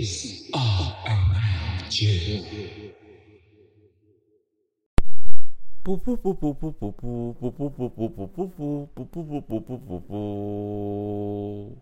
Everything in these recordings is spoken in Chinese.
J。不不不不不不不不不不不不不不不不不不。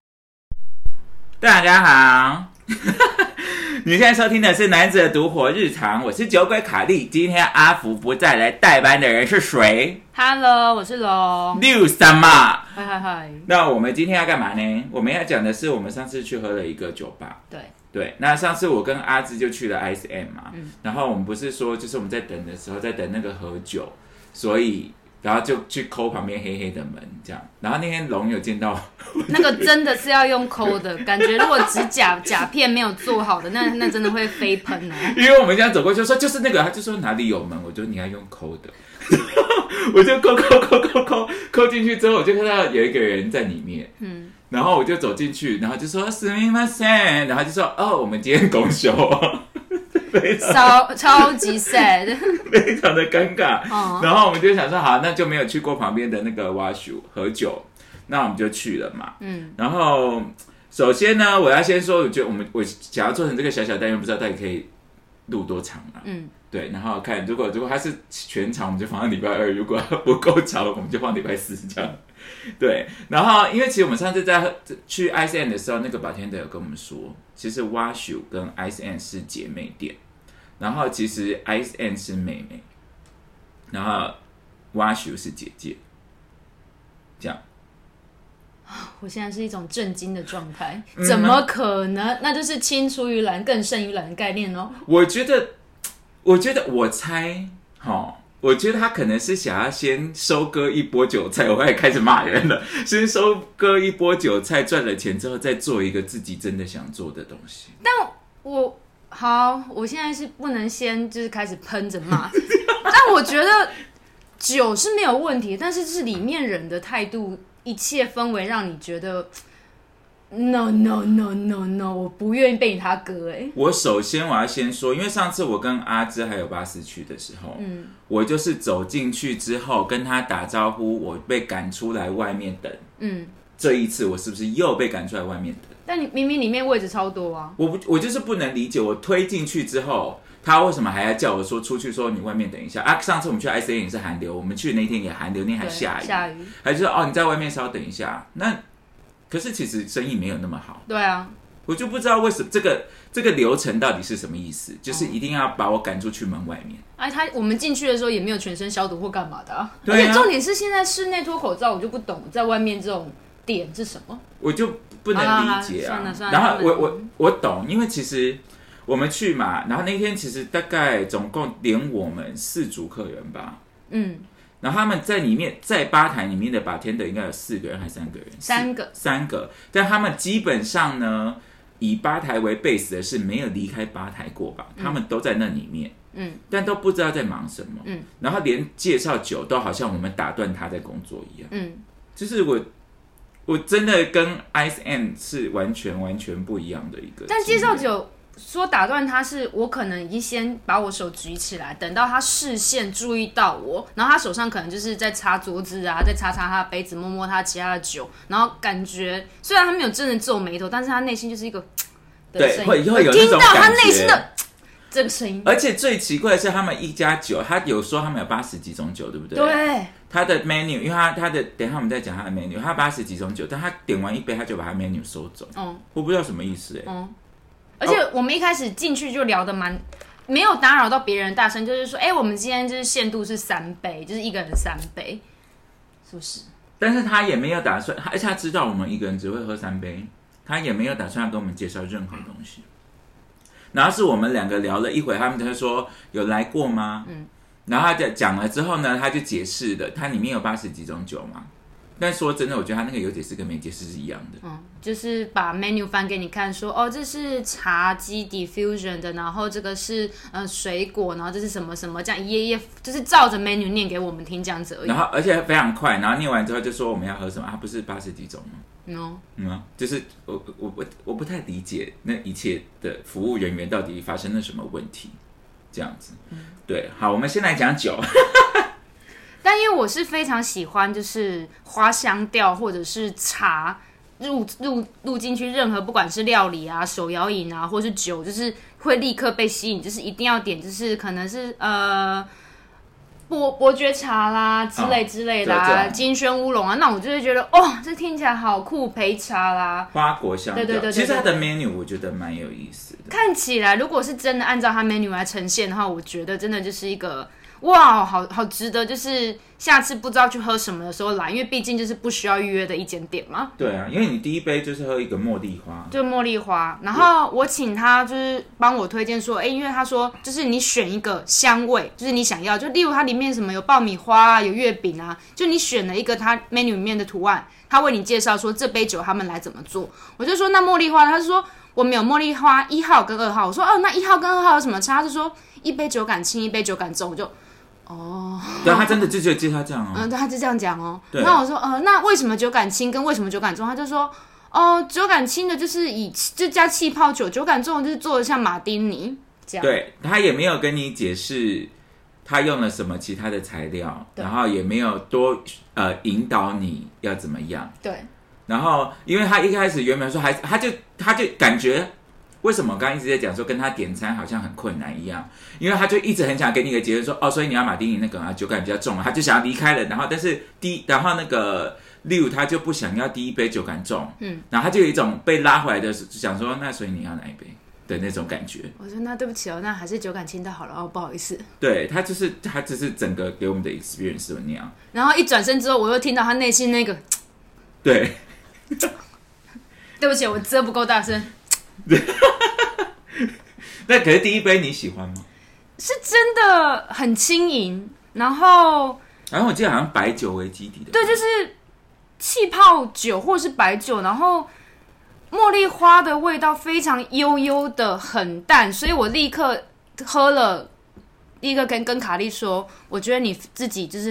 大家好，你现在收听的是男子的独活日常，我是酒鬼卡莉。今天阿福不再来代班的人是谁 ？Hello， 我是龙。 六三嘛。 嗨嗨嗨。 那我们今天要干嘛呢？我们要讲的是我们上次去喝了一个酒吧。对，那上次我跟阿芝就去了 ISM 嘛，然后我们不是说就是我们在等的时候在等那个喝酒，所以然后就去抠旁边黑黑的门这样，然后那天龙有见到那个真的是要用抠的感觉，如果指甲片没有做好的，那真的会飞喷哦。 因为我们这样走过去说就是那个，他就说哪里有门，我就你要用抠的，我就抠进去之后，我就看到有一个人在里面，然后我就走进去，然后就说すみません，然后就说哦，我们今天公休哦， 超级 sad， 非常的尴尬。然后我们就想说好，那就没有去过旁边的那个蛙叔喝酒，那我们就去了嘛。然后首先呢，我要先说，我觉得我想要做成这个小小单元，不知道到底可以录多长啊？对，然后看如果它是全长，我们就放到礼拜二；如果不够长，我们就放礼拜四这样。对，然后因为其实我们上次在去 ISN 的时候，那个bartender有跟我们说，其实 Washu 跟 ISN 是姐妹店，然后其实 ISN 是妹妹，然后 Washu 是姐姐，这样。 我现在是一种震惊的状态，怎么可能？那就是青出于蓝更胜于蓝的概念哦。 我觉得我猜，我觉得他可能是想要先收割一波韭菜，我也开始骂人了。先收割一波韭菜，赚了钱之后，再做一个自己真的想做的东西。 但我现在是不能先就是开始喷着骂，但我觉得酒是没有问题，但是是里面人的态度，一切氛围让你觉得。No， 我不愿意被他割我首先我要先说，因为上次我跟阿芝还有巴斯去的时候，我就是走进去之后跟他打招呼，我被赶出来外面等。这一次我是不是又被赶出来外面等？ 但你明明里面位置超多啊！ 我就是不能理解，我推进去之后，他为什么还要叫我说出去，说你外面等一下啊？上次我们去 ICN 也是寒流，我们去的那天也寒流，那天还下雨，还是说你在外面稍等一下那。可是其实生意没有那么好， 对啊，我就不知道为什么这个流程到底是什么意思，就是一定要把我赶出去门外面。 我们进去的时候也没有全身消毒或干嘛的啊。 对啊， 而且重点是现在室内脱口罩，我就不懂在外面这种点是什么， 我就不能理解啊。算了然后我懂，因为其实我们去嘛，然后那天其实大概总共连我们4组客人吧，然后他们在里面，在吧台里面的bartender应该有4个人还是3个人？3个，但他们基本上呢，以吧台为 base 的是没有离开吧台过吧，他们都在那里面，但都不知道在忙什么，然后连介绍酒都好像我们打断他在工作一样，就是我真的跟 ISM 是完全不一样的一个， 但介绍酒。说打断他是我可能已经先把我手举起来，等到他视线注意到我，然后他手上可能就是在擦桌子啊，在擦他的杯子，摸摸他其他的酒，然后感觉虽然他没有真的皱眉头，但是他内心就是一个对，会有那种感觉， 听到他内心的这个声音。 而且最奇怪的是，他们一家酒，他有说他们有80几种酒，对不对？ 对。 他的 menu， 因为他的等一下我们再讲他的 menu， 他80几种酒，但他点完一杯他就把他 menu 收走，我不知道什么意思而且我们一开始进去就聊得没有打扰到别人大声，就是说，我们今天就是限度是3杯，就是一个人3杯，是不是？ 但是他也没有打算，而且他知道我们一个人只会喝3杯，他也没有打算要跟我们介绍任何东西。然后是我们2个聊了一会，他们就说有来过吗？然后他讲了之后呢，他就解释了，它里面有80几种酒嘛。但说真的，我觉得他那个有解释跟没解释是一样的。 就是把 menu 翻给你看说，这是茶基 diffusion 的，然后这个是水果，然后这是什么什么，这样一页页就是照着 menu 念给我们听这样子而已。 然后而且非常快，然后念完之后就说我们要喝什么，不是80几种吗？就是我不太理解那一切的服务人员到底发生了什么问题，这样子。对，好，我们先来讲酒。 但因为我是非常喜欢就是花香调或者是茶入进去任何不管是料理啊、手摇饮啊，或是酒，就是会立刻被吸引，就是一定要点，就是可能是伯爵茶啦之类的啊，金萱乌龙啊，那我就会觉得这听起来好酷，焙茶啦， 花果香调， 对， 其实它的 menu 我觉得蛮有意思的。 看起来如果是真的按照它 menu 来呈现的话，我觉得真的就是一个哇，好值得，就是下次不知道去喝什么的时候来，因为毕竟就是不需要预约的一间店嘛。 对啊，因为你第一杯就是喝一个茉莉花， 就茉莉花，然后我请他就是帮我推荐说，因为他说就是你选一个香味，就是你想要，就例如它里面什么有爆米花啊，有月饼啊，就你选了一个它 menu 里面的图案，他为你介绍说这杯酒他们来怎么做。我就说那茉莉花，他就说我们有茉莉花1号跟2号，我说那1号跟2号有什么差？他就说一杯酒感轻，一杯酒感重，我就。 对，他真的就介绍这样对，他就这样讲那我说那为什么酒感轻跟为什么酒感重？他就说酒感轻的就是就加气泡酒，酒感重的就是做的像马丁尼这样。 对，他也没有跟你解释他用了什么其他的材料，然后也没有多引导你要怎么样。 对， 然后因为他一开始原本说他就感觉。为什么我刚刚一直在讲说跟他点餐好像很困难一样？因为他就一直很想给你一个结论说所以你要马丁尼那个酒感比较重，他就想要离开了。然后但是然后那个Liu他就不想要第一杯酒感重，然后他就有一种被拉回来的想说那所以你要哪一杯的那种感觉。 我说那对不起那还是酒感轻的好了不好意思。 对，他就是整个给我们的 experience 是那样。 然后一转身之后，我又听到他内心那个对， 对不起，我遮不够大声。 那可是第一杯你喜欢吗？ 是真的很轻盈，然后我记得好像白酒为基底的， 对，就是气泡酒或者是白酒，然后茉莉花的味道非常悠悠的，很淡，所以我立刻喝了，立刻跟卡莉说，我觉得你自己就是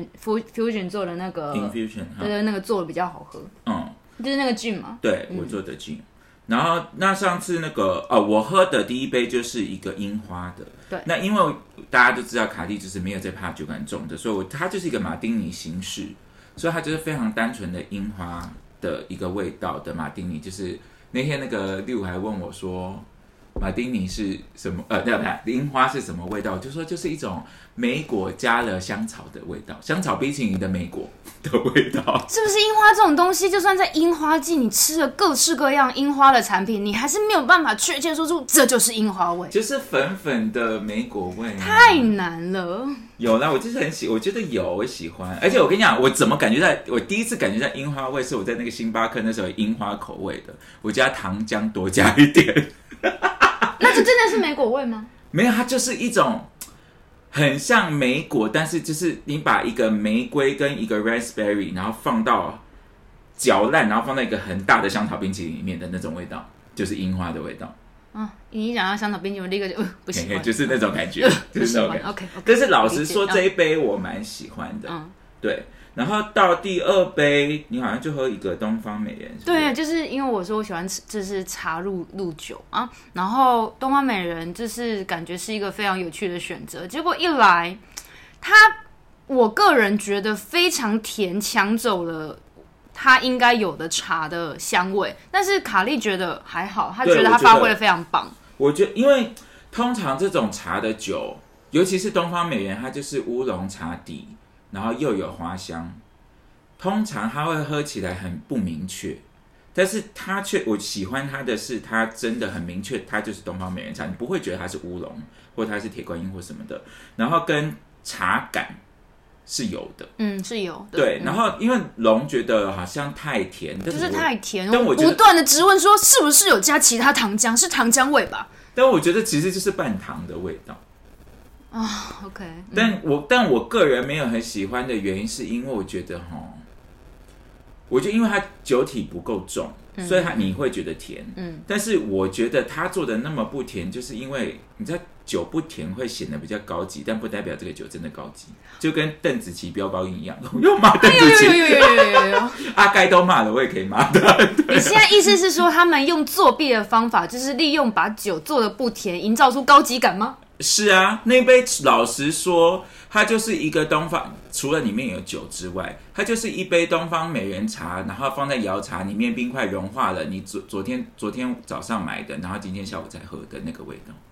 fusion 做的那个 infusion， 对，那个做的比较好喝，就是那个 gin 嘛， 对，我做的 gin。然后那上次那个我喝的第一杯就是一个樱花的， 对， 那因为大家都知道卡莉就是没有在怕酒感重的，所以它就是一个马丁尼形式，所以它就是非常单纯的樱花的一个味道的马丁尼。就是那天那个六还问我说马丁尼是什么樱花是什么味道，我就说就是一种莓果加了香草的味道，香草冰淇淋的莓果的味道。 是不是樱花这种东西，就算在樱花季你吃了各式各样樱花的产品，你还是没有办法确切说出这就是樱花味， 就是粉粉的莓果味太难了。 有啦，我就是我觉得我喜欢，而且我跟你讲，我怎么感觉我第一次感觉到樱花味是我在那个星巴克那时候有樱花口味的，我加糖浆多加一点。 那就真的是莓果味吗？ 没有，它就是一种很像莓果，但是就是你把一个玫瑰跟一个 raspberry 然后放到搅烂，然后放在一个很大的香草冰淇淋里面的那种味道，就是樱花的味道。 你一讲到香草冰淇淋，我立刻就不喜欢， 就是那种感觉，就是那种感觉。 OK， 但是老实说，这一杯我蛮喜欢的。对。然后到第二杯，你好像就喝一个东方美人。 对，就是因为我说我喜欢就是茶入酒啊，然后东方美人就是感觉是一个非常有趣的选择。结果一来，我个人觉得非常甜，抢走了它应该有的茶的香味。但是卡莉觉得还好，她觉得她发挥的非常棒。 我觉得，因为通常这种茶的酒，尤其是东方美人，它就是乌龙茶底。然后又有花香，通常它会喝起来很不明确，但是我喜欢它的是，它真的很明确，它就是东方美人茶，你不会觉得它是乌龙，或它是铁观音或什么的。然后跟茶感是有的， 是有的。 对，然后因为龙觉得好像太甜， 就是太甜， 但我不断的质问说是不是有加其他糖浆，是糖浆味吧？ 但我觉得其实就是半糖的味道。 OK， 但我个人没有很喜欢的原因，是因为我觉得因为它酒体不够重，所以你会觉得甜。但是我觉得它做的那么不甜，就是因为你知道酒不甜会显得比较高级，但不代表这个酒真的高级，就跟邓紫棋飙高音一样。我又骂邓紫棋， 有， 阿该都骂了，我也可以骂的。 你现在意思是说，他们用作弊的方法，就是利用把酒做的不甜，营造出高级感吗？ 是啊，那杯老实说，它就是一个东方，除了里面有酒之外，它就是一杯东方美人茶，然后放在摇茶里面，冰块融化了，你昨天早上买的，然后今天下午才喝的那个味道。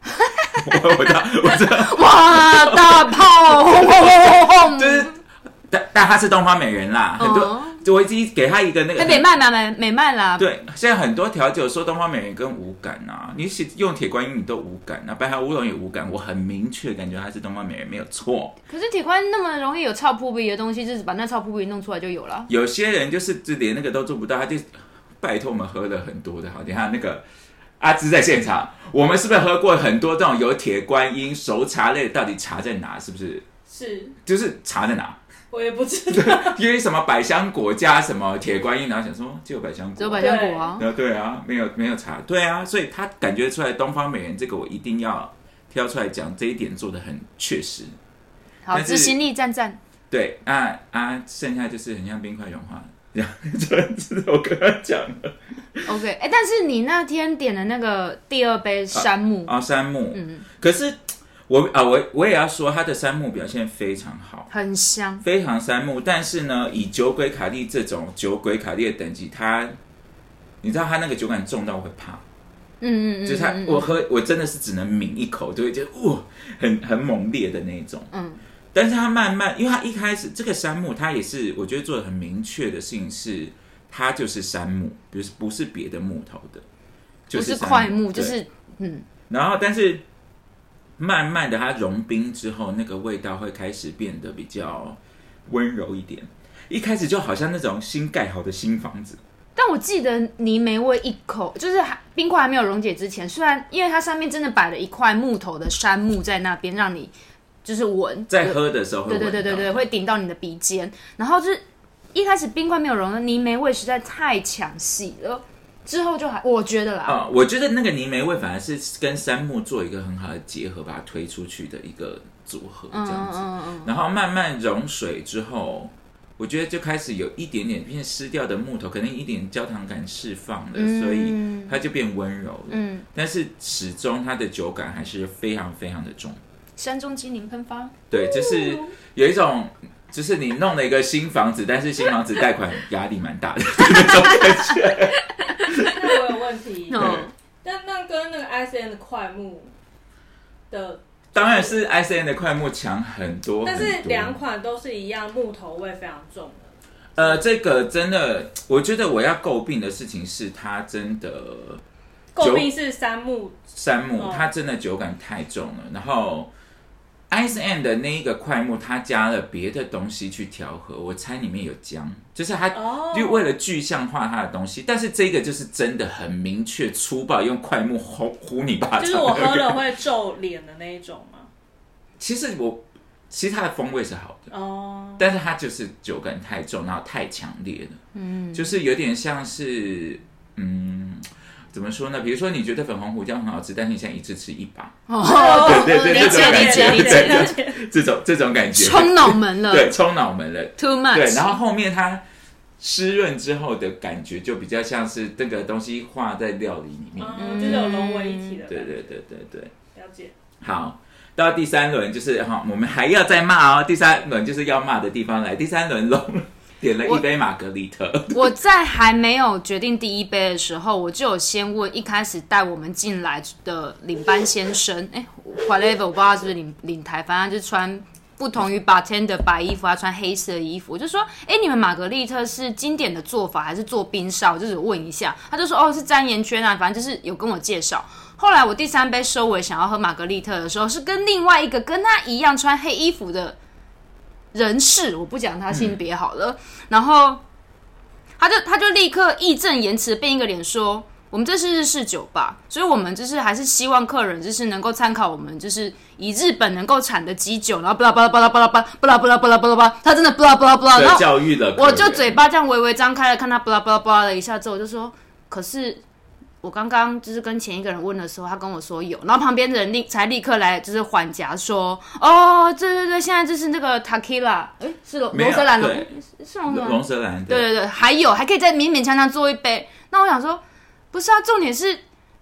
我哇，大炮，轰轰轰轰轰， 就是，但它是东方美人啦，很多。我已经给他一个那个美漫啦，美漫啦。 对，现在很多调酒说东方美人跟无感啊，你用铁观音你都无感啊，白毫乌龙也无感，我很明确感觉它是东方美人没有错。 可是铁观音那么容易有臭扑鼻的东西，就是把那臭扑鼻弄出来就有了。 有些人就是连那个都做不到，他就拜托我们喝了很多的。好，等一下那个阿芝在现场，我们是不是喝过很多这种有铁观音熟茶类？到底茶在哪？是不是？ 是， 就是茶在哪？ 我也不知道， 因为什么百香果加什么铁观音，然后想说只有百香果， 只有百香果啊， 对啊，没有茶，对啊，所以他感觉出来东方美人这个我一定要挑出来讲，这一点做得很确实。 好，执行力赞赞。 对剩下就是很像冰块融化，这样子我跟他讲了。 OK， 但是你那天点的那个第二杯山木山木，可是。我也要说，它的杉木表现非常好， 很香， 非常杉木。但是呢，以酒鬼卡利这种酒鬼卡利的等级，你知道它那个酒感重到我会怕。就是它，我真的是只能抿一口，就会觉得很猛烈的那种。但是它慢慢，因为它一开始这个杉木，它也是我觉得做的很明确的事情是，它就是杉木，不是别的木头的，就是块木，就是然后但是。慢慢的，它融冰之后，那个味道会开始变得比较温柔一点。一开始就好像那种新盖好的新房子。 但我记得泥煤味一口，就是冰块还没有溶解之前，虽然因为它上面真的摆了一块木头的杉木在那边，让你就是闻， 在喝的时候会闻到， 对，会顶到你的鼻尖。然后就是一开始冰块没有融的泥煤味实在太抢戏了。之后就我觉得啦， 我觉得那个泥煤味反而是跟杉木做一个很好的结合，把它推出去的一个组合，这样子。然后慢慢溶水之后，我觉得就开始有一点点变湿掉的木头，可能一点焦糖感释放了，所以它就变温柔了。但是始终它的酒感还是非常非常的重。 山中精灵喷发， 对，就是有一种。就是你弄了一个新房子，但是新房子贷款压力蛮大的那种感觉。 那我有问题，那跟那个 ICN 的快木的， 当然是 ICN 的快木强很多， 但是两款都是一样，木头味非常重的。 这个真的，我觉得我要诟病的事情是它真的， 诟病是杉木， 它真的酒感太重了，然后。ICN 的那一个快木，它加了别的东西去调和，我猜里面有姜，就是它就为了具象化它的东西。但是这个就是真的很明确粗暴，用快木呼你巴掌， 就是我喝了会皱脸的那一种吗？ 其实它的风味是好的但是它就是酒感太重，然后太强烈了，就是有点像是怎么说呢？比如说，你觉得粉红胡椒很好吃，但是你现在一次吃一把，对， 理解， 这种感觉， 冲脑门了， 对，冲脑门了 ，too much。 对，然后后面它湿润之后的感觉，就比较像是这个东西化在料理里面， 就是有融为一体的。 对， 了解。 好，到第三轮就是我们还要再骂哦。第三轮就是要骂的地方来，第三轮点了一杯玛格丽特。 我在还没有决定第一杯的时候，我就有先问一开始带我们进来的领班先生，whatever， 我不知道是不是领台，反正就是穿不同于 bartender 的白衣服，他穿黑色的衣服。我就说，你们玛格丽特是经典的做法还是做冰沙？我就是问一下，他就说，是沾盐圈啊，反正就是有跟我介绍。后来我第三杯收尾想要喝玛格丽特的时候，是跟另外一个跟他一样穿黑衣服的人士，我不讲他性别好了，然后他就立刻义正言辞变一个脸说，我们这是日式酒吧，所以我们就是还是希望客人就是能够参考我们就是以日本能够产的基酒，然后巴拉巴拉巴拉巴拉巴拉巴拉巴拉巴拉巴拉，他真的巴拉巴拉巴拉，然后教育了， 我就嘴巴这样微微张开了，看他巴拉巴拉巴拉了一下之后，我就说，可是。我刚刚就是跟前一个人问的时候，他跟我说有，然后旁边的人才立刻来就是缓颊说，对，现在就是那个 tequila， 是龙舌兰的，是龙舌兰， 对，还可以再勉勉强强做一杯。那我想说，不是啊，重点是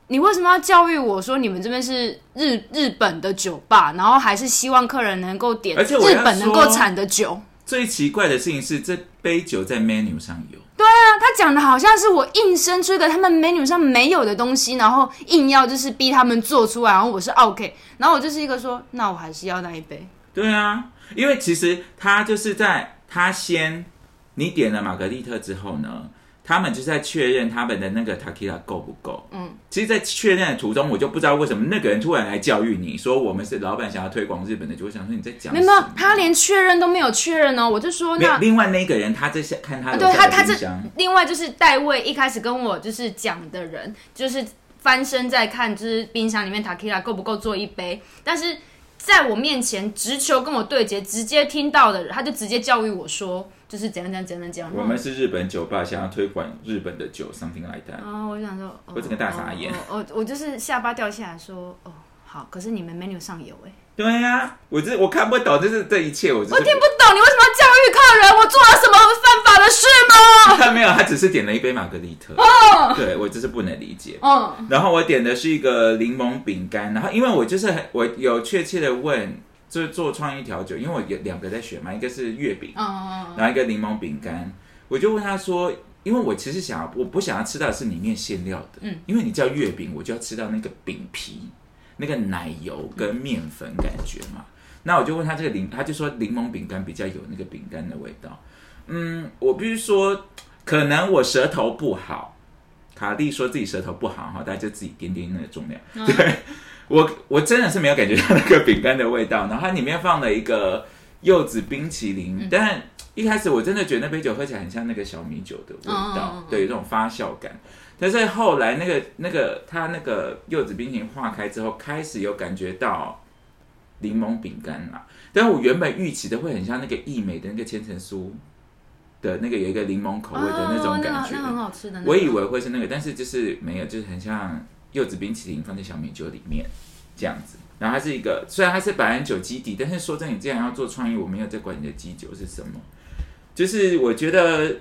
你为什么要教育我说你们这边是日本的酒吧，然后还是希望客人能够点日本能够产的酒？ 最奇怪的事情是，这杯酒在 menu 上有。 对啊，他讲的好像是我硬生出一个他们 menu 上没有的东西，然后硬要就是逼他们做出来，然后我是 OK， 然后我就是一个说，那我还是要那一杯。 对啊，因为其实他就是在他先你点了玛格丽特之后呢，他们就是在确认他们的那个 tequila 够不够。其实，在确认的途中，我就不知道为什么那个人突然来教育你说我们是老板想要推广日本的，就会想说你在讲什么？ 没有，他连确认都没有确认哦。我就说那另外那个人他在看他对他是另外就是代位一开始跟我就是讲的人，就是翻身在看就是冰箱里面 tequila 够不够做一杯，但是在我面前直球跟我对决，直接听到的人他就直接教育我说。就是怎样。 我们是日本酒吧，想要推广日本的酒 ，something like that。 我想说， 我整个大傻眼。 我就是下巴掉下来说，好，可是你们 menu 上有对呀，我看不懂，就是这一切，我听不懂，你为什么要教育客人？我做了什么犯法的事吗？ 他没有，他只是点了一杯玛格丽特。对，我就是不能理解。然后我点的是一个柠檬饼干，然后因为我有确切的问。就是做创意调酒，因为我有2个在选嘛，一个是月饼，然后一个柠檬饼干。我就问他说，因为我其实我不想要吃到的是里面馅料的，因为你叫月饼，我就要吃到那个饼皮、那个奶油跟面粉感觉嘛。那我就问他他就说柠檬饼干比较有那个饼干的味道。我必须说，可能我舌头不好。卡莉说自己舌头不好哈，大家就自己掂掂那个重量。对。我真的是没有感觉到那个饼干的味道，然后它里面放了一个柚子冰淇淋，但一开始我真的觉得那杯酒喝起来很像那个小米酒的味道，对，有这种发酵感。但是后来它那个柚子冰淇淋化开之后，开始有感觉到柠檬饼干啦。但是我原本预期的会很像那个益美的那个千层酥的那个有一个柠檬口味的那种感觉， 那很好吃的。 我以为会是那个，但是就是没有，就是很像。柚子冰淇淋放在小米酒里面，这样子。然后它是一个，虽然它是白兰酒基底，但是说真的，你既然要做创意，我没有在管你的基酒是什么。就是我觉得，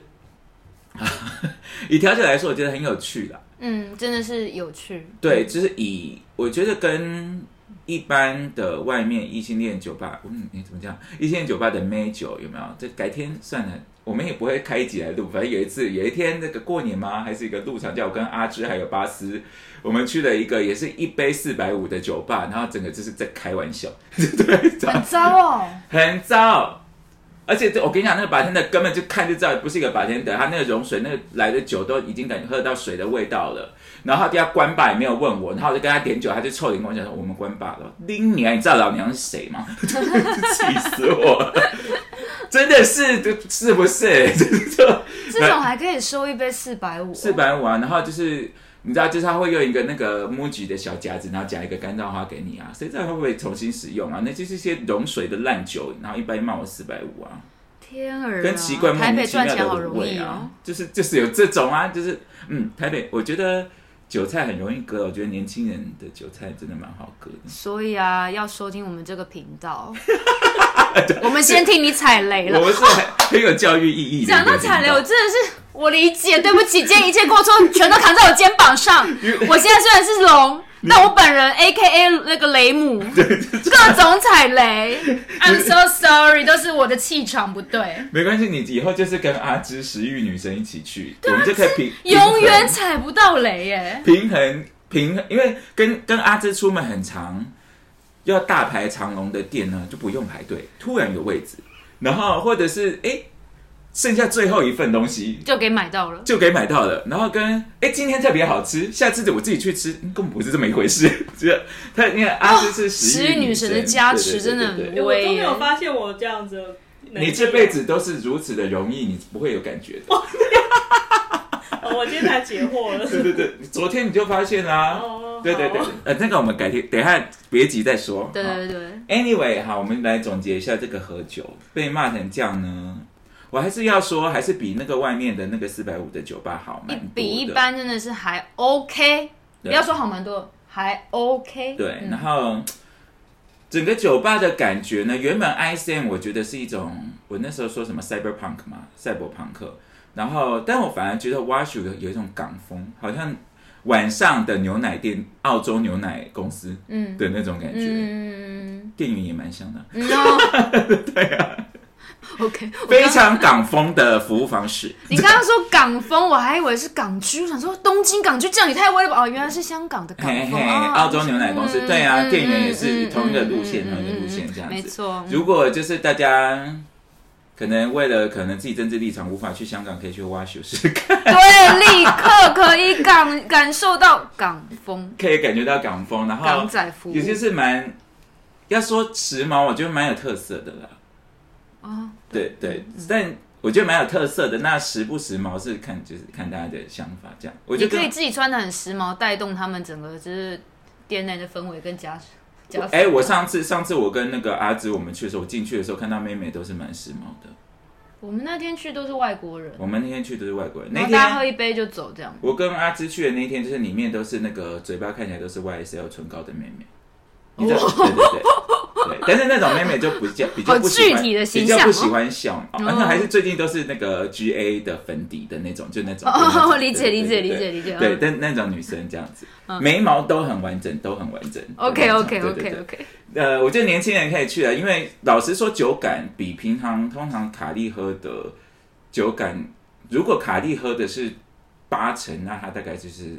以调酒来说，我觉得很有趣啦。 真的是有趣。 对，就是我觉得跟一般的外面异性恋酒吧，怎么讲？异性恋酒吧的妹酒有没有？这改天算了。我们也不会开一集来录，反正有一天那个过年吗？还是一个入场，叫我跟阿芝还有巴斯，我们去了一个也是一杯450的酒吧，然后整个就是在开玩笑，对， 很糟很糟。而且我跟你讲，那个bartender根本就看就知道不是一个bartender，他那个溶水那个来的酒都已经感觉喝到水的味道了。然后他要关吧也没有问我，然后我就跟他点酒，他就臭脸跟我讲说我们关吧了。拎你啊，你知道老娘是谁吗？气死我了！真的是不是？ 这种还可以收一杯450 啊，然后就是你知道，就是他会用一个那个 MUJI 的小夹子，然后夹一个干燥花给你啊，谁知道会不会重新使用啊？那就是一些溶水的烂酒，然后一般卖我450啊。 天儿啊！ 跟奇怪莫名其妙的卤味啊，就是有这种啊，就是台北我觉得韭菜很容易割，我觉得年轻人的韭菜真的蛮好割的。 所以啊，要收听我们这个频道。我们先替你踩雷了。 我们是很有教育意义的。 讲到踩雷，我真的是我理解，对不起，今天一切过错全都扛在我肩膀上。我现在虽然是龙，但我本人 AKA 那个雷姆，各种踩雷。I'm so sorry， 都是我的气场不对。 没关系，你以后就是跟阿芝食欲女神一起去，我们就可以永远踩不到雷耶。 平衡，因为跟阿芝出门很长。要大排长龙的店呢，就不用排队，突然有位置，然后或者是剩下最后一份东西就给买到了， 然后跟今天特别好吃，下次我自己去吃，根本不是这么一回事。因为阿芝是食欲女神的加持，真的很威。 我都没有发现我这样子， 你这辈子都是如此的容易，你不会有感觉的。 我今天才解惑了。 对，昨天你就发现啦。对，那个我们改天等一下别急再说。 对。 Anyway， 好，我们来总结一下这个喝酒被骂成这样呢，我还是要说，还是比那个外面的那个450的酒吧好蛮多的。 比一般真的是还 OK， 不要说好蛮多，还 OK。 对，然后整个酒吧的感觉呢，原本 ISM 我觉得是一种，我那时候说什么 cyberpunk 嘛，赛博朋克。然后，但我反而觉得 Washu 有一种港风，好像晚上的牛奶店，澳洲牛奶公司的那种感觉，店员也蛮像的，对啊。 OK， 非常港风的服务方式。 你刚刚说港风，我还以为是港区，我想说东京港区，这样你太威了吧？哦，原来是香港的港风。 澳洲牛奶公司，对啊，店员也是同一个路线，同一个路线这样子。 没错。 如果就是大家可能为了可能自己政治立场无法去香港，可以去挖秀试看。 对，立刻可以感受到港风， 可以感觉到港风，然后港仔服务， 有些是要说时髦，我觉得蛮有特色的啦。对，但我觉得蛮有特色的。那时不时髦是看大家的想法这样。我觉得你可以自己穿的很时髦，带动他们整个就是店内的氛围跟加我上次我跟那个阿芝我们去的时候，我进去的时候看到妹妹都是蛮时髦的。 我们那天去都是外国人， 我们那天去都是外国人，那天大家喝一杯就走这样。 我跟阿芝去的那一天，就是里面都是那个嘴巴看起来都是 YSL 唇膏的妹妹。对，但是那种妹妹就比较不喜欢， 具体的形象， 比较不喜欢笑，那还是最近都是那个 GA 的粉底的那种，就那种。 理解。 对，但那种女生这样子，眉毛都很完整。 OK。 我觉得年轻人可以去了，因为老实说，酒感比平常通常卡莉喝的酒感，如果卡莉喝的是8成，那它大概就是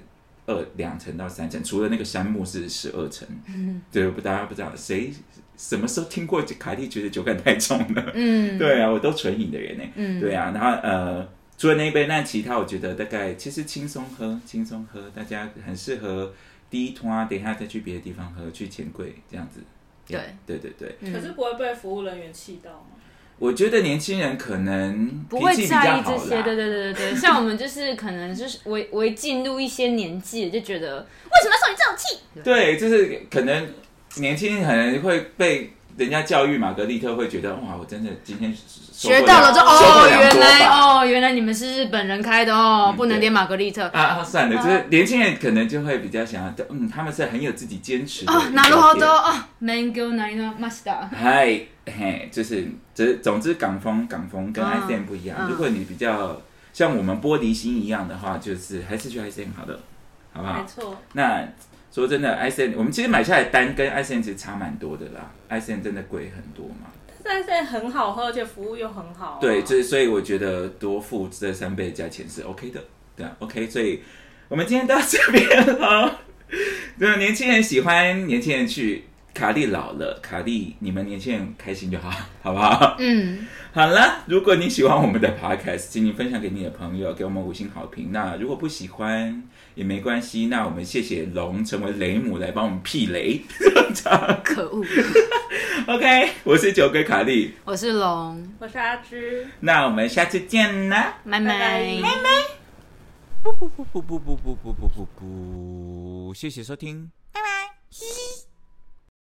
2成到3成，除了那个杉木是12成。对，大家不知道谁什么时候听过卡莉觉得酒感太重了。对啊，我都纯饮的人呢。对啊，然后除了那一杯，那其他我觉得大概其实轻松喝，大家很适合第一通等一下再去别的地方喝，去钱柜这样子。对。 可是不会被服务人员气到吗？ 我觉得年轻人可能不会在意这些，对，像我们就是可能就是为进入一些年纪，就觉得为什么要受你这种气？ 对，就是可能年轻人可能会被人家教育玛格丽特，会觉得哇，我真的今天学到了原来你们是日本人开的不能点玛格丽特算了，就是年轻人可能就会比较想要，他们是很有自己坚持的。 なるほどmangoなりました。 嗨。就是总之港风跟 ISM 不一样。如果你比较像我们玻璃心一样的话，就是还是去 ISM 好了，好不好？ 没错。 那说真的 ，ISM 我们其实买下来单跟 ISM 其实差蛮多的啦。ISM 真的贵很多嘛。 但是 ISM 很好喝，而且服务又很好。 对，所以我觉得多付这3倍的价钱是 OK 的。对啊 ，OK。所以我们今天到这边了。对，年轻人喜欢，年轻人去。卡莉老了，卡莉你们年轻人开心就好，好不好？好了，如果你喜欢我们的 podcast， 请你分享给你的朋友，给我们5星好评。那如果不喜欢也没关系，那我们谢谢龙成为雷姆来帮我们辟雷。 可恶。 OK， 我是酒鬼卡莉， 我是龙， 我是阿芝。 那我们下次见啦， 拜拜。 不，谢谢收听。